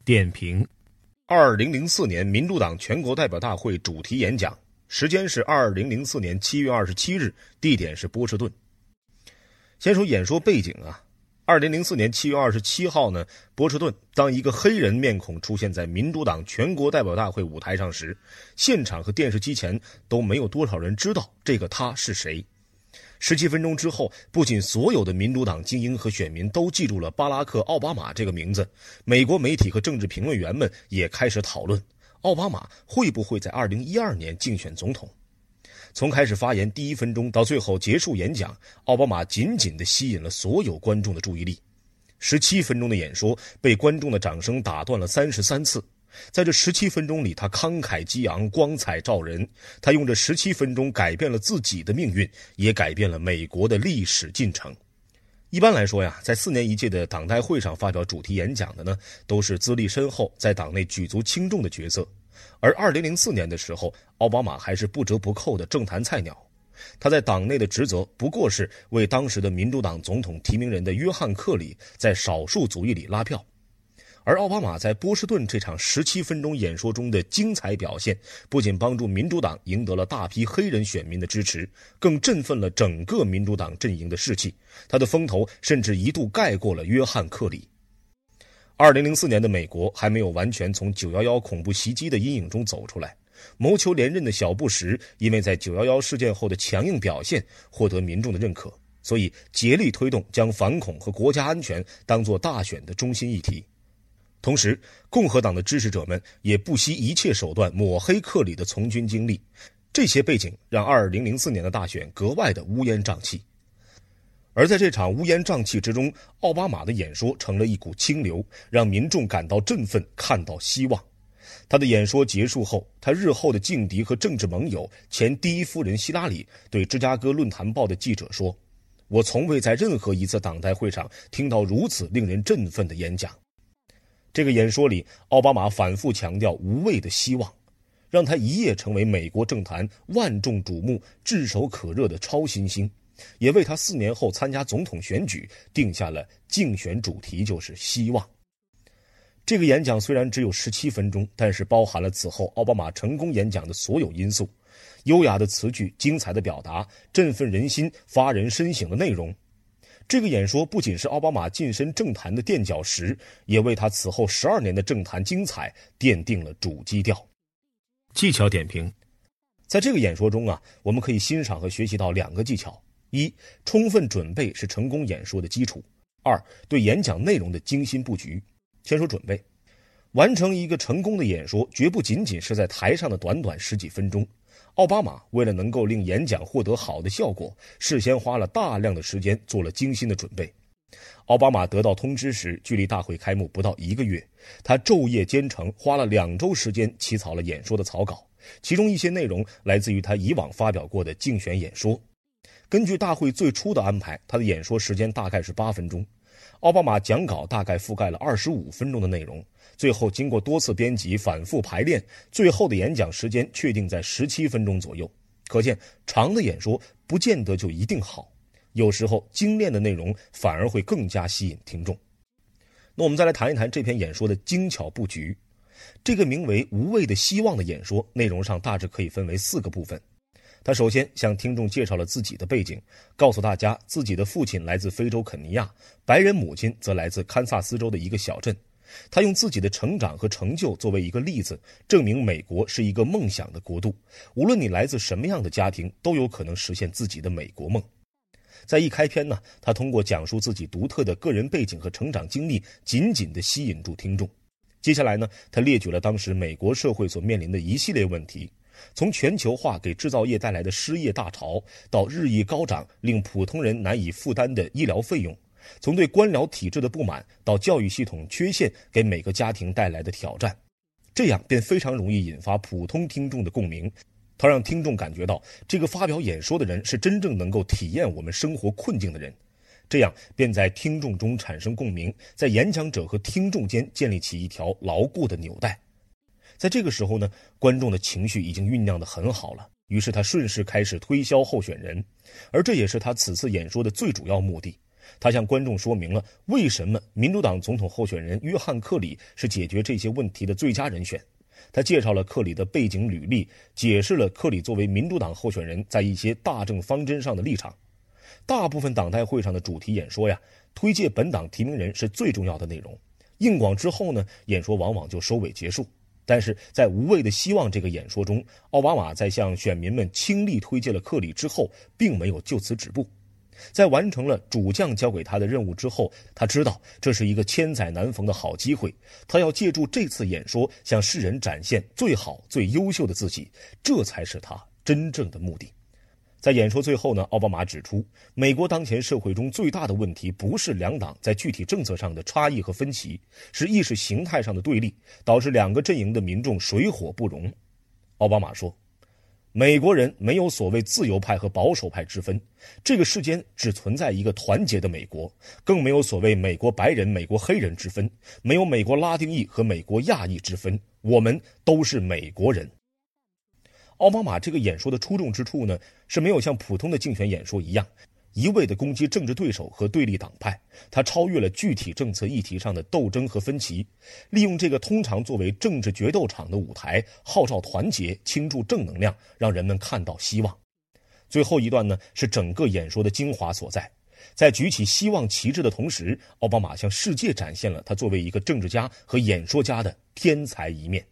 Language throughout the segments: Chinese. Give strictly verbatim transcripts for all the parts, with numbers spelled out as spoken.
点评：二零零四年民主党全国代表大会主题演讲，时间是二零零四年七月二十七日，地点是波士顿。先说演说背景啊，二零零四年七月二十七号呢，波士顿，当一个黑人面孔出现在民主党全国代表大会舞台上时，现场和电视机前都没有多少人知道这个他是谁。十七分钟之后，不仅所有的民主党精英和选民都记住了巴拉克·奥巴马这个名字，美国媒体和政治评论员们也开始讨论，奥巴马会不会在二零一二年竞选总统。从开始发言第一分钟到最后结束演讲，奥巴马紧紧地吸引了所有观众的注意力。十七分钟的演说被观众的掌声打断了三十三次。在这十七分钟里，他慷慨激昂，光彩照人。他用这十七分钟改变了自己的命运，也改变了美国的历史进程。一般来说呀，在四年一届的党代会上发表主题演讲的呢，都是资历深厚，在党内举足轻重的角色。而二零零四年的时候，奥巴马还是不折不扣的政坛菜鸟。他在党内的职责不过是为当时的民主党总统提名人的约翰·克里在少数族裔里拉票。而奥巴马在波士顿这场十七分钟演说中的精彩表现，不仅帮助民主党赢得了大批黑人选民的支持，更振奋了整个民主党阵营的士气。他的风头甚至一度盖过了约翰·克里。二零零四年的美国还没有完全从九一一恐怖袭击的阴影中走出来，谋求连任的小布什因为在九一一事件后的强硬表现获得民众的认可，所以竭力推动将反恐和国家安全当作大选的中心议题。同时，共和党的支持者们也不惜一切手段抹黑克里的从军经历，这些背景让二零零四年的大选格外的乌烟瘴气。而在这场乌烟瘴气之中，奥巴马的演说成了一股清流，让民众感到振奋，看到希望。他的演说结束后，他日后的劲敌和政治盟友前第一夫人希拉里对芝加哥论坛报的记者说：“我从未在任何一次党代会上听到如此令人振奋的演讲。”这个演说里，奥巴马反复强调无畏的希望，让他一夜成为美国政坛万众瞩目、炙手可热的超新星，也为他四年后参加总统选举定下了竞选主题，就是希望。这个演讲虽然只有十七分钟，但是包含了此后奥巴马成功演讲的所有因素：优雅的词句、精彩的表达、振奋人心、发人深省的内容。这个演说不仅是奥巴马晋身政坛的垫脚石，也为他此后十二年的政坛精彩奠定了主基调。技巧点评：在这个演说中啊，我们可以欣赏和学习到两个技巧：一、充分准备是成功演说的基础；二、对演讲内容的精心布局。先说准备，完成一个成功的演说，绝不仅仅是在台上的短短十几分钟。奥巴马为了能够令演讲获得好的效果，事先花了大量的时间做了精心的准备。奥巴马得到通知时，距离大会开幕不到一个月，他昼夜兼程，花了两周时间起草了演说的草稿，其中一些内容来自于他以往发表过的竞选演说。根据大会最初的安排，他的演说时间大概是八分钟。奥巴马讲稿大概覆盖了二十五分钟的内容，最后经过多次编辑、反复排练，最后的演讲时间确定在十七分钟左右。可见，长的演说不见得就一定好，有时候精炼的内容反而会更加吸引听众。那我们再来谈一谈这篇演说的精巧布局。这个名为《无畏的希望》的演说，内容上大致可以分为四个部分。他首先向听众介绍了自己的背景，告诉大家自己的父亲来自非洲肯尼亚，白人母亲则来自堪萨斯州的一个小镇。他用自己的成长和成就作为一个例子，证明美国是一个梦想的国度，无论你来自什么样的家庭，都有可能实现自己的美国梦。在一开篇呢，他通过讲述自己独特的个人背景和成长经历，紧紧地吸引住听众。接下来呢，他列举了当时美国社会所面临的一系列问题，从全球化给制造业带来的失业大潮，到日益高涨令普通人难以负担的医疗费用，从对官僚体制的不满到教育系统缺陷给每个家庭带来的挑战，这样便非常容易引发普通听众的共鸣。他让听众感觉到这个发表演说的人是真正能够体验我们生活困境的人，这样便在听众中产生共鸣，在演讲者和听众间建立起一条牢固的纽带。在这个时候呢，观众的情绪已经酝酿得很好了，于是他顺势开始推销候选人，而这也是他此次演说的最主要目的。 他向观众说明了为什么民主党总统候选人约翰·克里是解决这些问题的最佳人选。他介绍了克里的背景履历，解释了克里作为民主党候选人在一些大政方针上的立场。大部分党代会上的主题演说呀，推介本党提名人是最重要的内容。应广之后呢，演说往往就收尾结束。但是在无畏的希望这个演说中，奥巴马在向选民们倾力推荐了克里之后，并没有就此止步。在完成了主将交给他的任务之后，他知道这是一个千载难逢的好机会，他要借助这次演说向世人展现最好最优秀的自己，这才是他真正的目的。在演说最后呢，奥巴马指出，美国当前社会中最大的问题不是两党在具体政策上的差异和分歧，是意识形态上的对立，导致两个阵营的民众水火不容。奥巴马说，美国人没有所谓自由派和保守派之分，这个世间只存在一个团结的美国，更没有所谓美国白人、美国黑人之分，没有美国拉丁裔和美国亚裔之分，我们都是美国人。奥巴马这个演说的出众之处呢，是没有像普通的竞选演说一样一味地攻击政治对手和对立党派，他超越了具体政策议题上的斗争和分歧，利用这个通常作为政治决斗场的舞台，号召团结，倾注正能量，让人们看到希望。最后一段呢，是整个演说的精华所在。在举起希望旗帜的同时，奥巴马向世界展现了他作为一个政治家和演说家的天才一面。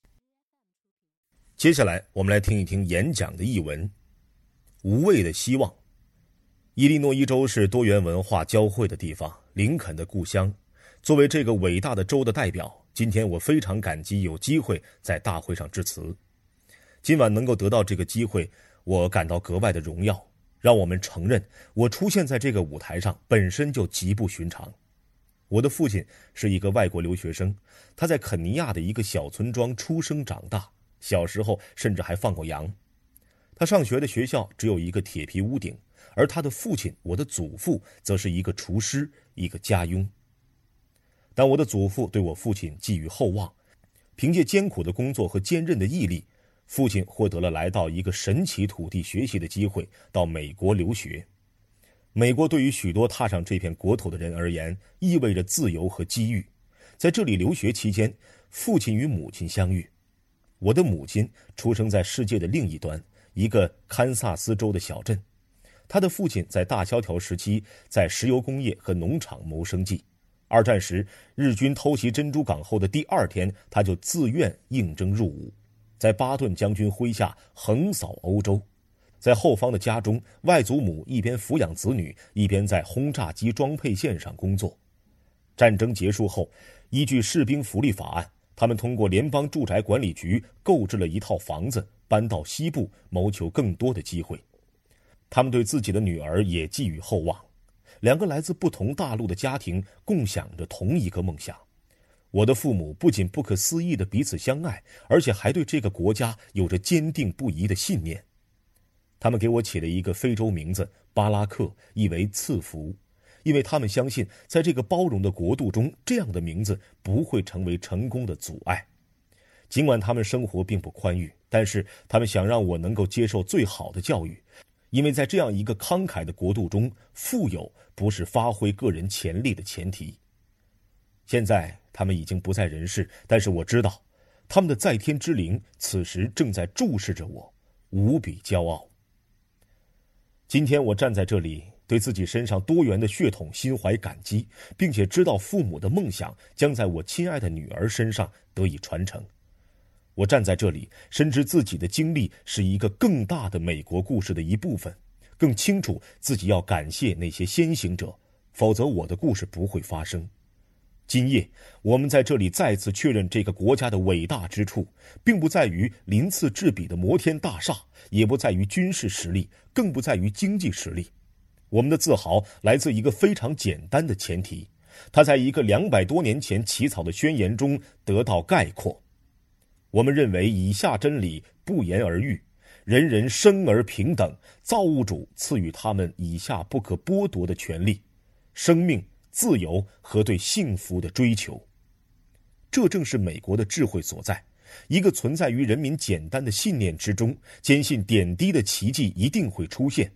接下来我们来听一听演讲的译文。无畏的希望。伊利诺伊州是多元文化交汇的地方，林肯的故乡。作为这个伟大的州的代表，今天我非常感激有机会在大会上致辞。今晚能够得到这个机会，我感到格外的荣耀。让我们承认，我出现在这个舞台上本身就极不寻常。我的父亲是一个外国留学生，他在肯尼亚的一个小村庄出生长大，小时候甚至还放过羊。他上学的学校只有一个铁皮屋顶，而他的父亲，我的祖父，则是一个厨师，一个家佣。但我的祖父对我父亲寄予厚望，凭借艰苦的工作和坚韧的毅力，父亲获得了来到一个神奇土地学习的机会，到美国留学。美国对于许多踏上这片国土的人而言，意味着自由和机遇。在这里留学期间，父亲与母亲相遇。我的母亲出生在世界的另一端，一个堪萨斯州的小镇。他的父亲在大萧条时期在石油工业和农场谋生计。二战时，日军偷袭珍珠港后的第二天，他就自愿应征入伍，在巴顿将军麾下横扫欧洲。在后方的家中，外祖母一边抚养子女，一边在轰炸机装配线上工作。战争结束后，依据士兵福利法案，他们通过联邦住宅管理局购置了一套房子，搬到西部，谋求更多的机会。他们对自己的女儿也寄予厚望。两个来自不同大陆的家庭共享着同一个梦想。我的父母不仅不可思议地彼此相爱，而且还对这个国家有着坚定不移的信念。他们给我起了一个非洲名字巴拉克，意为赐福，因为他们相信在这个包容的国度中，这样的名字不会成为成功的阻碍。尽管他们生活并不宽裕，但是他们想让我能够接受最好的教育，因为在这样一个慷慨的国度中，富有不是发挥个人潜力的前提。现在他们已经不在人世，但是我知道，他们的在天之灵此时正在注视着我，无比骄傲。今天我站在这里，对自己身上多元的血统心怀感激，并且知道父母的梦想将在我亲爱的女儿身上得以传承。我站在这里，深知自己的经历是一个更大的美国故事的一部分，更清楚自己要感谢那些先行者，否则我的故事不会发生。今夜，我们在这里再次确认这个国家的伟大之处，并不在于鳞次栉比的摩天大厦，也不在于军事实力，更不在于经济实力。我们的自豪来自一个非常简单的前提，它在一个两百多年前起草的宣言中得到概括。我们认为以下真理不言而喻：人人生而平等，造物主赐予他们以下不可剥夺的权利：生命、自由和对幸福的追求。这正是美国的智慧所在，一个存在于人民简单的信念之中，坚信点滴的奇迹一定会出现。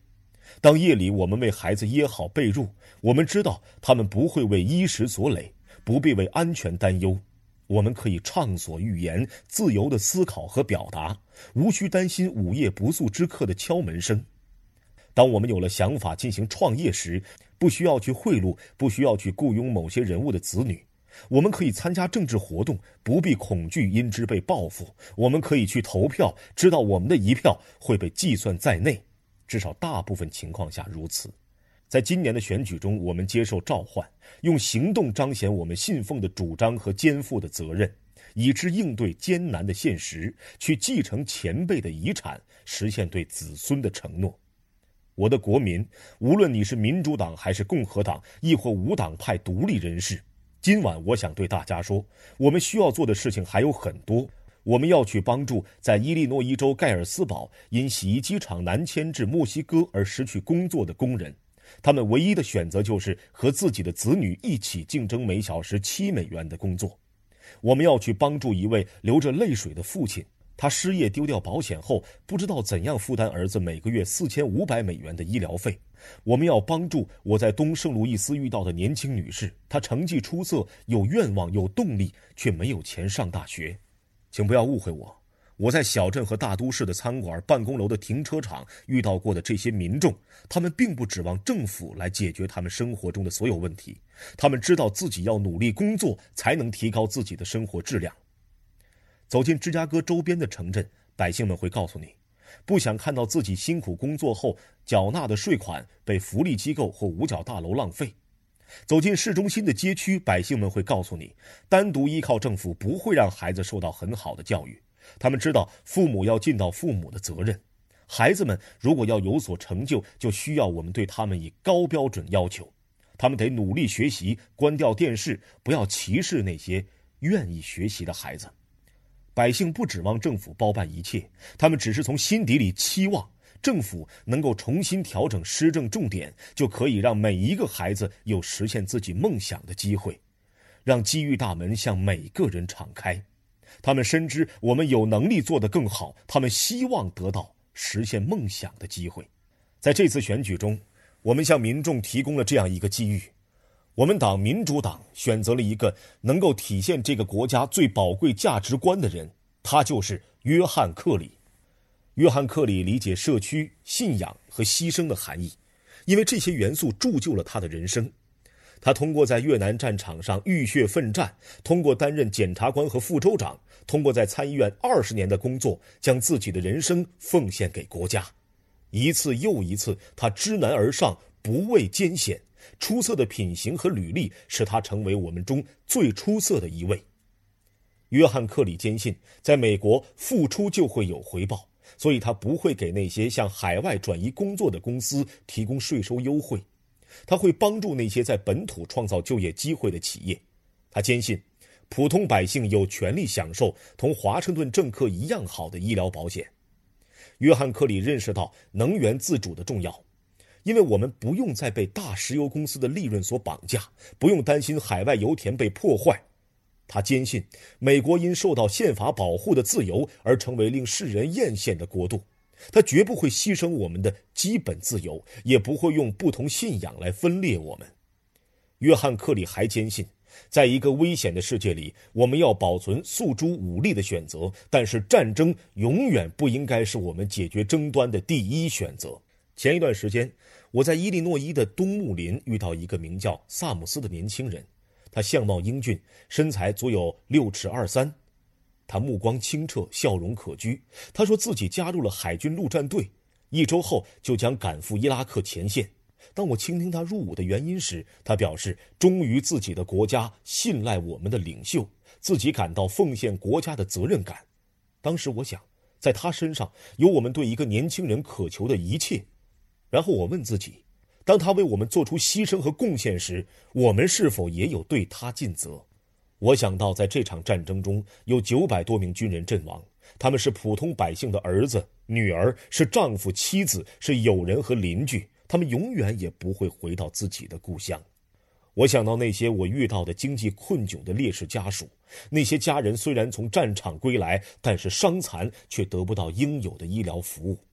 当夜里我们为孩子掖好被褥，我们知道他们不会为衣食所累，不必为安全担忧。我们可以畅所欲言，自由地思考和表达，无需担心午夜不速之客的敲门声。当我们有了想法进行创业时，不需要去贿赂，不需要去雇佣某些人物的子女。我们可以参加政治活动，不必恐惧因之被报复。我们可以去投票，知道我们的一票会被计算在内，至少大部分情况下如此。在今年的选举中，我们接受召唤，用行动彰显我们信奉的主张和肩负的责任，以之应对艰难的现实，去继承前辈的遗产，实现对子孙的承诺。我的国民，无论你是民主党还是共和党，亦或无党派独立人士，今晚我想对大家说，我们需要做的事情还有很多。我们要去帮助在伊利诺伊州盖尔斯堡因洗衣机厂南迁至墨西哥而失去工作的工人，他们唯一的选择就是和自己的子女一起竞争每小时七美元的工作。我们要去帮助一位流着泪水的父亲，他失业丢掉保险后，不知道怎样负担儿子每个月四千五百美元的医疗费。我们要帮助我在东圣路易斯遇到的年轻女士，她成绩出色，有愿望有动力，却没有钱上大学。请不要误会我，我在小镇和大都市的餐馆、办公楼的停车场遇到过的这些民众，他们并不指望政府来解决他们生活中的所有问题，他们知道自己要努力工作才能提高自己的生活质量。走进芝加哥周边的城镇，百姓们会告诉你，不想看到自己辛苦工作后缴纳的税款被福利机构或五角大楼浪费。走进市中心的街区，百姓们会告诉你，单独依靠政府不会让孩子受到很好的教育。他们知道父母要尽到父母的责任，孩子们如果要有所成就，就需要我们对他们以高标准要求。他们得努力学习，关掉电视，不要歧视那些愿意学习的孩子。百姓不指望政府包办一切，他们只是从心底里期望政府能够重新调整施政重点，就可以让每一个孩子有实现自己梦想的机会，让机遇大门向每个人敞开。他们深知我们有能力做得更好，他们希望得到实现梦想的机会。在这次选举中，我们向民众提供了这样一个机遇。我们党民主党选择了一个能够体现这个国家最宝贵价值观的人，他就是约翰·克里。约翰·克里理解社区、信仰和牺牲的含义，因为这些元素铸就了他的人生。他通过在越南战场上浴血奋战，通过担任检察官和副州长，通过在参议院二十年的工作，将自己的人生奉献给国家。一次又一次，他知难而上，不畏艰险，出色的品行和履历使他成为我们中最出色的一位。约翰·克里坚信，在美国付出就会有回报，所以他不会给那些向海外转移工作的公司提供税收优惠，他会帮助那些在本土创造就业机会的企业。他坚信普通百姓有权利享受同华盛顿政客一样好的医疗保险。约翰·克里认识到能源自主的重要，因为我们不用再被大石油公司的利润所绑架，不用担心海外油田被破坏。他坚信美国因受到宪法保护的自由而成为令世人艳羡的国度，他绝不会牺牲我们的基本自由，也不会用不同信仰来分裂我们。约翰·克里还坚信，在一个危险的世界里，我们要保存诉诸武力的选择，但是战争永远不应该是我们解决争端的第一选择。前一段时间，我在伊利诺伊的东木林遇到一个名叫萨姆斯的年轻人，他相貌英俊，身材足有六尺二三。他目光清澈，笑容可掬。他说自己加入了海军陆战队，一周后就将赶赴伊拉克前线。当我倾听他入伍的原因时，他表示忠于自己的国家，信赖我们的领袖，自己感到奉献国家的责任感。当时我想，在他身上有我们对一个年轻人渴求的一切。然后我问自己，当他为我们做出牺牲和贡献时，我们是否也有对他尽责？我想到在这场战争中有九百多名军人阵亡，他们是普通百姓的儿子、女儿，是丈夫、妻子，是友人和邻居，他们永远也不会回到自己的故乡。我想到那些我遇到的经济困窘的烈士家属，那些家人虽然从战场归来，但是伤残却得不到应有的医疗服务。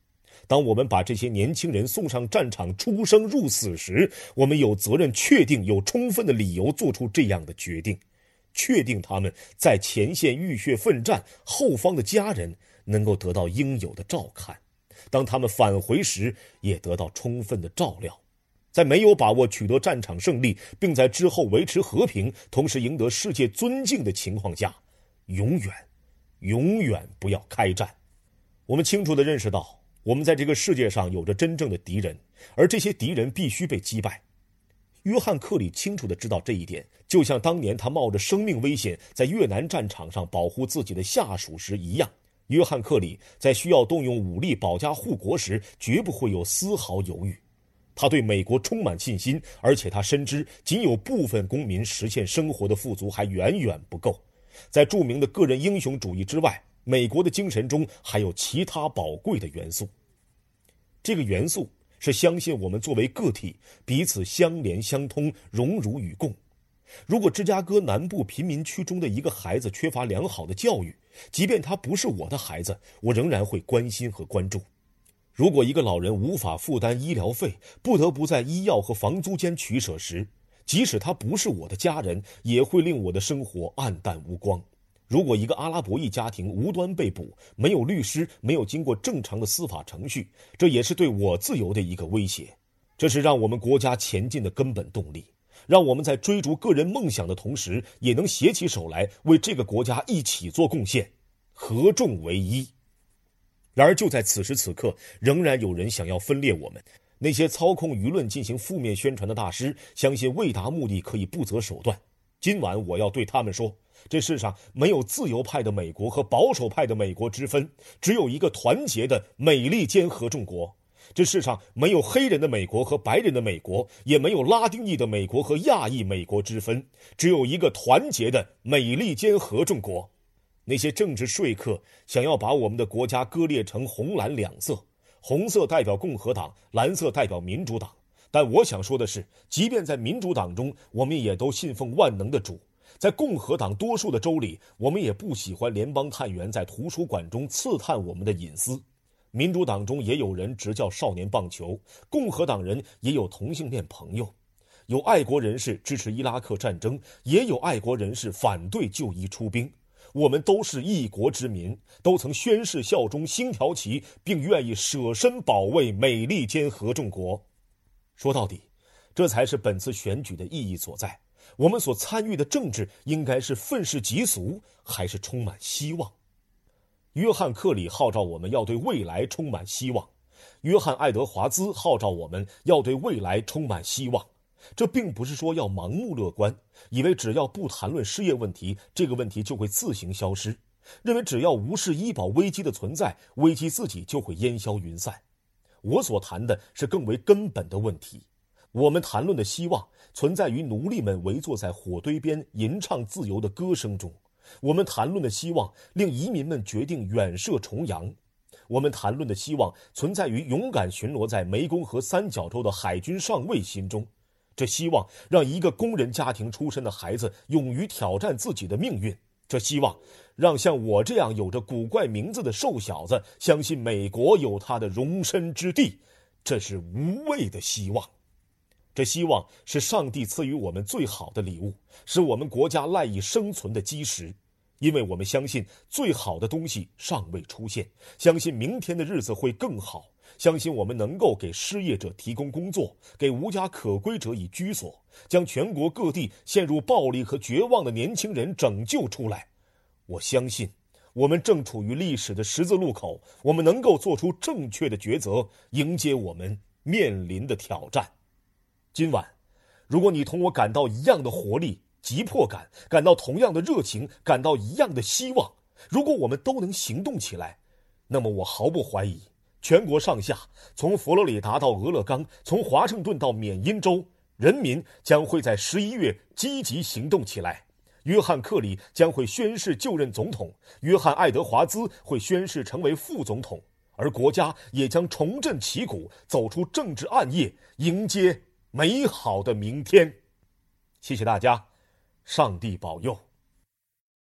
当我们把这些年轻人送上战场出生入死时，我们有责任确定有充分的理由做出这样的决定，确定他们在前线浴血奋战，后方的家人能够得到应有的照看，当他们返回时也得到充分的照料。在没有把握取得战场胜利，并在之后维持和平，同时赢得世界尊敬的情况下，永远永远不要开战。我们清楚地认识到，我们在这个世界上有着真正的敌人，而这些敌人必须被击败。约翰·克里清楚地知道这一点，就像当年他冒着生命危险在越南战场上保护自己的下属时一样，约翰·克里在需要动用武力保家护国时绝不会有丝毫犹豫。他对美国充满信心，而且他深知仅有部分公民实现生活的富足还远远不够。在著名的个人英雄主义之外，美国的精神中还有其他宝贵的元素。这个元素是相信我们作为个体彼此相连相通，荣辱与共。如果芝加哥南部贫民区中的一个孩子缺乏良好的教育，即便他不是我的孩子，我仍然会关心和关注。如果一个老人无法负担医疗费，不得不在医药和房租间取舍时，即使他不是我的家人，也会令我的生活黯淡无光。如果一个阿拉伯裔家庭无端被捕，没有律师，没有经过正常的司法程序，这也是对我自由的一个威胁。这是让我们国家前进的根本动力，让我们在追逐个人梦想的同时，也能携起手来为这个国家一起做贡献，合众为一。然而就在此时此刻，仍然有人想要分裂我们。那些操控舆论进行负面宣传的大师，相信为达目的可以不择手段。今晚我要对他们说，这世上没有自由派的美国和保守派的美国之分，只有一个团结的美利坚合众国。这世上没有黑人的美国和白人的美国，也没有拉丁裔的美国和亚裔美国之分，只有一个团结的美利坚合众国。那些政治说客想要把我们的国家割裂成红蓝两色，红色代表共和党，蓝色代表民主党。但我想说的是，即便在民主党中，我们也都信奉万能的主。在共和党多数的州里，我们也不喜欢联邦探员在图书馆中刺探我们的隐私。民主党中也有人执教少年棒球，共和党人也有同性恋朋友，有爱国人士支持伊拉克战争，也有爱国人士反对就医出兵。我们都是一国之民，都曾宣誓效忠星条旗，并愿意舍身保卫美利坚合众国。说到底，这才是本次选举的意义所在。我们所参与的政治应该是愤世嫉俗，还是充满希望？约翰·克里号召我们要对未来充满希望，约翰·爱德华兹号召我们要对未来充满希望。这并不是说要盲目乐观，以为只要不谈论失业问题，这个问题就会自行消失，认为只要无视医保危机的存在，危机自己就会烟消云散。我所谈的是更为根本的问题。我们谈论的希望存在于奴隶们围坐在火堆边吟唱自由的歌声中，我们谈论的希望令移民们决定远涉重洋，我们谈论的希望存在于勇敢巡逻在湄公河三角洲的海军上尉心中。这希望让一个工人家庭出身的孩子勇于挑战自己的命运，这希望让像我这样有着古怪名字的瘦小子相信美国有他的容身之地，这是无畏的希望。这希望是上帝赐予我们最好的礼物，是我们国家赖以生存的基石。因为我们相信最好的东西尚未出现，相信明天的日子会更好，相信我们能够给失业者提供工作，给无家可归者以居所，将全国各地陷入暴力和绝望的年轻人拯救出来。我相信我们正处于历史的十字路口，我们能够做出正确的抉择，迎接我们面临的挑战。今晚，如果你同我感到一样的活力、急迫感，感到同样的热情，感到一样的希望，如果我们都能行动起来，那么我毫不怀疑，全国上下，从佛罗里达到俄勒冈，从华盛顿到缅因州，人民将会在十一月积极行动起来。约翰·克里将会宣誓就任总统，约翰·爱德华兹会宣誓成为副总统，而国家也将重振旗鼓，走出政治暗夜，迎接美好的明天。谢谢大家，上帝保佑。